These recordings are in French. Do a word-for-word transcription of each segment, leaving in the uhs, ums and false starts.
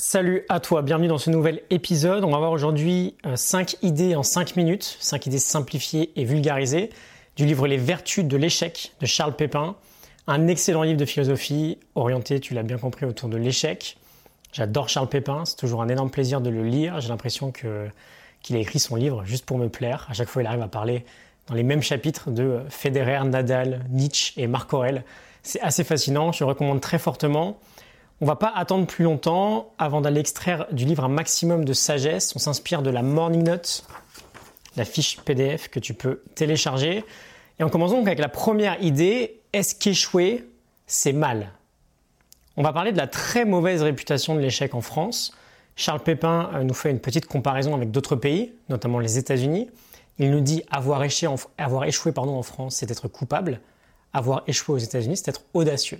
Salut à toi, bienvenue dans ce nouvel épisode. On va voir aujourd'hui cinq idées en cinq minutes, cinq idées simplifiées et vulgarisées du livre Les Vertus de l'échec de Charles Pépin. Un excellent livre de philosophie orienté, tu l'as bien compris, autour de l'échec. J'adore Charles Pépin, c'est toujours un énorme plaisir de le lire. J'ai l'impression que, qu'il a écrit son livre juste pour me plaire. À chaque fois, il arrive à parler dans les mêmes chapitres de Federer, Nadal, Nietzsche et Marc Aurèle. C'est assez fascinant, je le recommande très fortement. On ne va pas attendre plus longtemps avant d'aller extraire du livre un maximum de sagesse. On s'inspire de la Morning Note, la fiche P D F que tu peux télécharger. Et on commence donc avec la première idée. Est-ce qu'échouer, c'est mal ? On va parler de la très mauvaise réputation de l'échec en France. Charles Pépin nous fait une petite comparaison avec d'autres pays, notamment les États-Unis. Il nous dit avoir échoué, en, avoir échoué pardon, en France, c'est être coupable. Avoir échoué aux États-Unis, c'est être audacieux.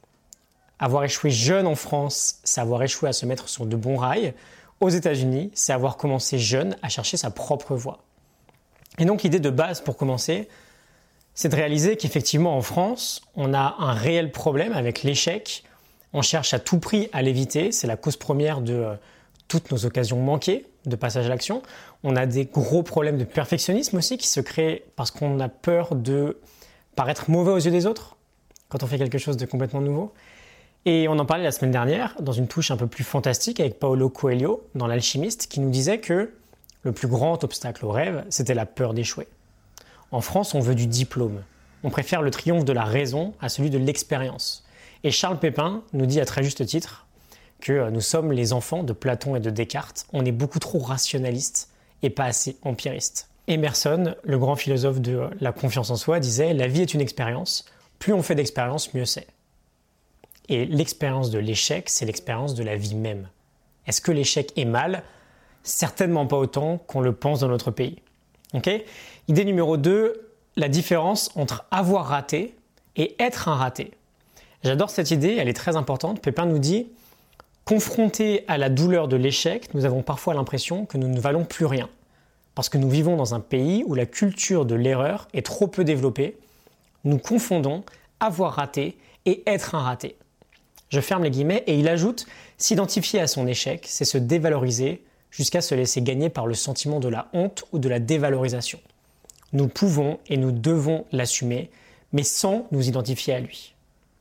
Avoir échoué jeune en France, c'est avoir échoué à se mettre sur de bons rails. Aux États-Unis, c'est avoir commencé jeune à chercher sa propre voie. Et donc l'idée de base pour commencer, c'est de réaliser qu'effectivement en France, on a un réel problème avec l'échec. On cherche à tout prix à l'éviter. C'est la cause première de euh, toutes nos occasions manquées de passage à l'action. On a des gros problèmes de perfectionnisme aussi qui se créent parce qu'on a peur de paraître mauvais aux yeux des autres quand on fait quelque chose de complètement nouveau. Et on en parlait la semaine dernière, dans une touche un peu plus fantastique avec Paulo Coelho, dans L'Alchimiste, qui nous disait que le plus grand obstacle au rêve, c'était la peur d'échouer. En France, on veut du diplôme. On préfère le triomphe de la raison à celui de l'expérience. Et Charles Pépin nous dit à très juste titre que nous sommes les enfants de Platon et de Descartes. On est beaucoup trop rationalistes et pas assez empiristes. Emerson, le grand philosophe de la confiance en soi, disait « La vie est une expérience. Plus on fait d'expérience, mieux c'est. » Et l'expérience de l'échec, c'est l'expérience de la vie même. Est-ce que l'échec est mal ? Certainement pas autant qu'on le pense dans notre pays. Okay ? Idée numéro deux, la différence entre avoir raté et être un raté. J'adore cette idée, elle est très importante. Pépin nous dit, confrontés à la douleur de l'échec, nous avons parfois l'impression que nous ne valons plus rien. Parce que nous vivons dans un pays où la culture de l'erreur est trop peu développée. Nous confondons avoir raté et être un raté. Je ferme les guillemets et il ajoute « S'identifier à son échec, c'est se dévaloriser jusqu'à se laisser gagner par le sentiment de la honte ou de la dévalorisation. Nous pouvons et nous devons l'assumer, mais sans nous identifier à lui. »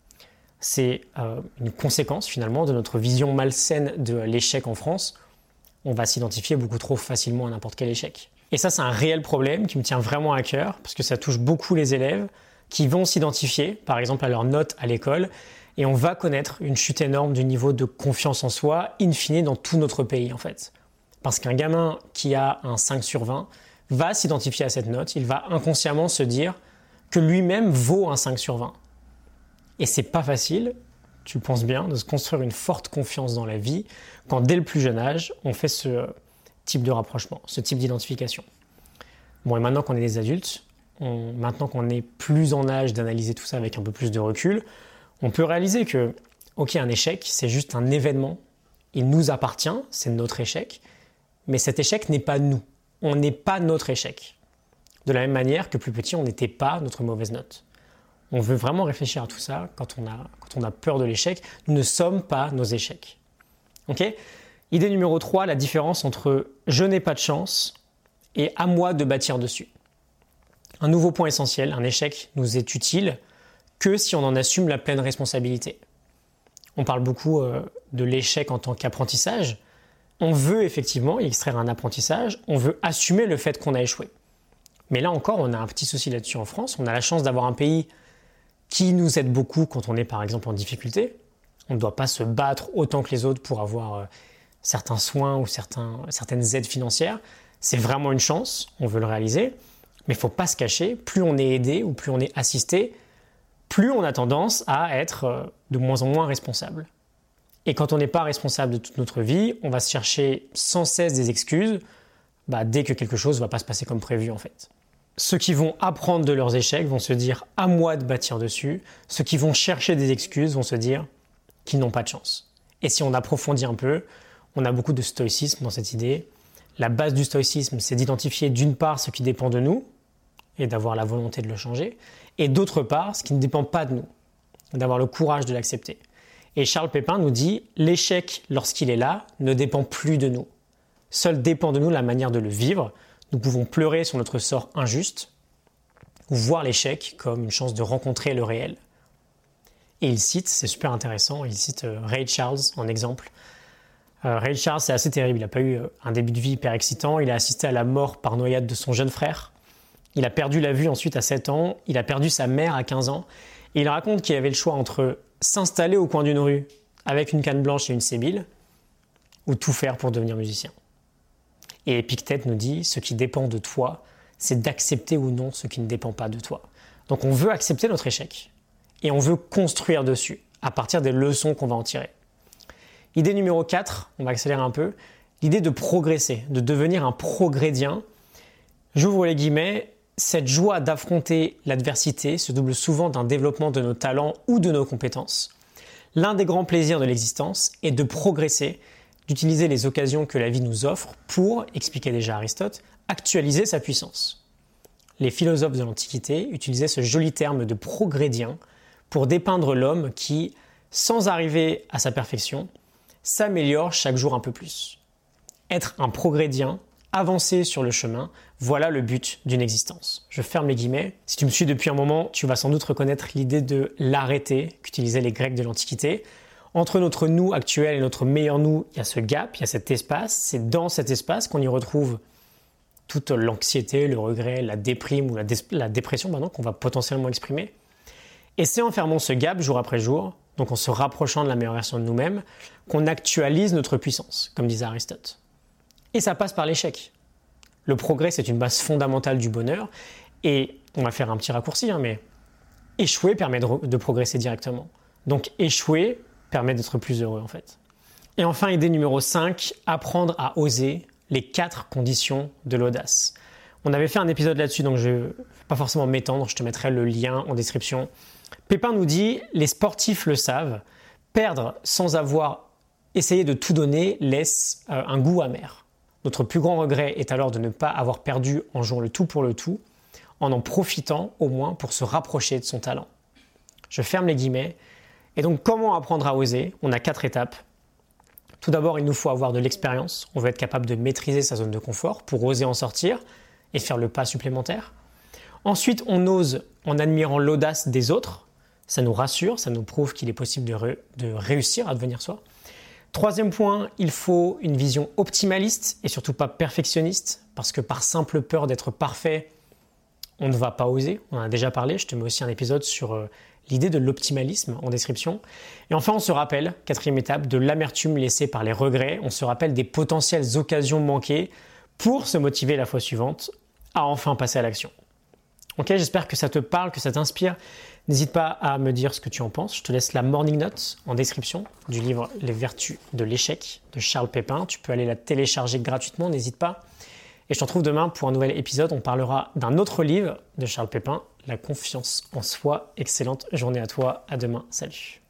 C'est euh, une conséquence finalement de notre vision malsaine de l'échec en France. On va s'identifier beaucoup trop facilement à n'importe quel échec. Et ça, c'est un réel problème qui me tient vraiment à cœur parce que ça touche beaucoup les élèves qui vont s'identifier, par exemple, à leurs notes à l'école. Et on va connaître une chute énorme du niveau de confiance en soi, in fine, dans tout notre pays, en fait. Parce qu'un gamin qui a un cinq sur vingt va s'identifier à cette note, il va inconsciemment se dire que lui-même vaut un cinq sur vingt. Et c'est pas facile, tu le penses bien, de se construire une forte confiance dans la vie quand, dès le plus jeune âge, on fait ce type de rapprochement, ce type d'identification. Bon, et maintenant qu'on est des adultes, on, maintenant qu'on est plus en âge d'analyser tout ça avec un peu plus de recul, on peut réaliser que, ok, un échec, c'est juste un événement. Il nous appartient, c'est notre échec. Mais cet échec n'est pas nous. On n'est pas notre échec. De la même manière que plus petit, on n'était pas notre mauvaise note. On veut vraiment réfléchir à tout ça quand on a, quand on a peur de l'échec. Nous ne sommes pas nos échecs. Ok ? Idée numéro trois, la différence entre « je n'ai pas de chance » et « à moi de bâtir dessus ». Un nouveau point essentiel, un échec nous est utile que si on en assume la pleine responsabilité. On parle beaucoup euh, de l'échec en tant qu'apprentissage. On veut effectivement y extraire un apprentissage, on veut assumer le fait qu'on a échoué. Mais là encore, on a un petit souci là-dessus en France. On a la chance d'avoir un pays qui nous aide beaucoup quand on est par exemple en difficulté. On ne doit pas se battre autant que les autres pour avoir euh, certains soins ou certains, certaines aides financières. C'est vraiment une chance, on veut le réaliser. Mais il ne faut pas se cacher, plus on est aidé ou plus on est assisté, plus on a tendance à être de moins en moins responsable. Et quand on n'est pas responsable de toute notre vie, on va se chercher sans cesse des excuses bah, dès que quelque chose ne va pas se passer comme prévu en fait. Ceux qui vont apprendre de leurs échecs vont se dire « à moi de bâtir dessus ». Ceux qui vont chercher des excuses vont se dire qu'ils n'ont pas de chance. Et si on approfondit un peu, on a beaucoup de stoïcisme dans cette idée. La base du stoïcisme, c'est d'identifier d'une part ce qui dépend de nous et d'avoir la volonté de le changer, et d'autre part, ce qui ne dépend pas de nous, d'avoir le courage de l'accepter. Et Charles Pépin nous dit « L'échec, lorsqu'il est là, ne dépend plus de nous. Seul dépend de nous la manière de le vivre. Nous pouvons pleurer sur notre sort injuste ou voir l'échec comme une chance de rencontrer le réel. » Et il cite, c'est super intéressant, il cite Ray Charles en exemple. Euh, Ray Charles, c'est assez terrible, il n'a pas eu un début de vie hyper excitant, il a assisté à la mort par noyade de son jeune frère. Il a perdu la vue ensuite à sept ans, il a perdu sa mère à quinze ans. Et il raconte qu'il avait le choix entre s'installer au coin d'une rue avec une canne blanche et une sébile ou tout faire pour devenir musicien. Et Épictète nous dit, ce qui dépend de toi, c'est d'accepter ou non ce qui ne dépend pas de toi. Donc on veut accepter notre échec. Et on veut construire dessus, à partir des leçons qu'on va en tirer. Idée numéro quatre, on va accélérer un peu, l'idée de progresser, de devenir un progrédien. J'ouvre les guillemets, cette joie d'affronter l'adversité se double souvent d'un développement de nos talents ou de nos compétences. L'un des grands plaisirs de l'existence est de progresser, d'utiliser les occasions que la vie nous offre pour, expliquait déjà Aristote, actualiser sa puissance. Les philosophes de l'Antiquité utilisaient ce joli terme de progrédien pour dépeindre l'homme qui, sans arriver à sa perfection, s'améliore chaque jour un peu plus. Être un progrédien, avancer sur le chemin, voilà le but d'une existence. Je ferme les guillemets. Si tu me suis depuis un moment, tu vas sans doute reconnaître l'idée de l'arrêté qu'utilisaient les Grecs de l'Antiquité. Entre notre nous actuel et notre meilleur nous, il y a ce gap, il y a cet espace. C'est dans cet espace qu'on y retrouve toute l'anxiété, le regret, la déprime ou la, dé- la dépression maintenant qu'on va potentiellement exprimer. Et c'est en fermant ce gap jour après jour, donc en se rapprochant de la meilleure version de nous-mêmes, qu'on actualise notre puissance, comme disait Aristote. Et ça passe par l'échec. Le progrès, c'est une base fondamentale du bonheur. Et on va faire un petit raccourci, hein, mais échouer permet de, de progresser directement. Donc échouer permet d'être plus heureux en fait. Et enfin, idée numéro cinq, apprendre à oser, les quatre conditions de l'audace. On avait fait un épisode là-dessus, donc je ne vais pas forcément m'étendre, je te mettrai le lien en description. Pépin nous dit, les sportifs le savent, perdre sans avoir essayé de tout donner laisse euh, un goût amer. Notre plus grand regret est alors de ne pas avoir perdu en jouant le tout pour le tout, en en profitant au moins pour se rapprocher de son talent. Je ferme les guillemets. Et donc, comment apprendre à oser ? On a quatre étapes. Tout d'abord, il nous faut avoir de l'expérience. On veut être capable de maîtriser sa zone de confort pour oser en sortir et faire le pas supplémentaire. Ensuite, on ose en admirant l'audace des autres. Ça nous rassure, ça nous prouve qu'il est possible de, re- de réussir à devenir soi. Troisième point, il faut une vision optimaliste et surtout pas perfectionniste, parce que par simple peur d'être parfait, on ne va pas oser. On en a déjà parlé, je te mets aussi un épisode sur euh, l'idée de l'optimalisme en description. Et enfin, on se rappelle, quatrième étape, de l'amertume laissée par les regrets. On se rappelle des potentielles occasions manquées pour se motiver la fois suivante à enfin passer à l'action. Ok, j'espère que ça te parle, que ça t'inspire. N'hésite pas à me dire ce que tu en penses. Je te laisse la morning note en description du livre Les vertus de l'échec de Charles Pépin. Tu peux aller la télécharger gratuitement, n'hésite pas. Et je te retrouve demain pour un nouvel épisode. On parlera d'un autre livre de Charles Pépin, La confiance en soi. Excellente journée à toi. À demain. Salut.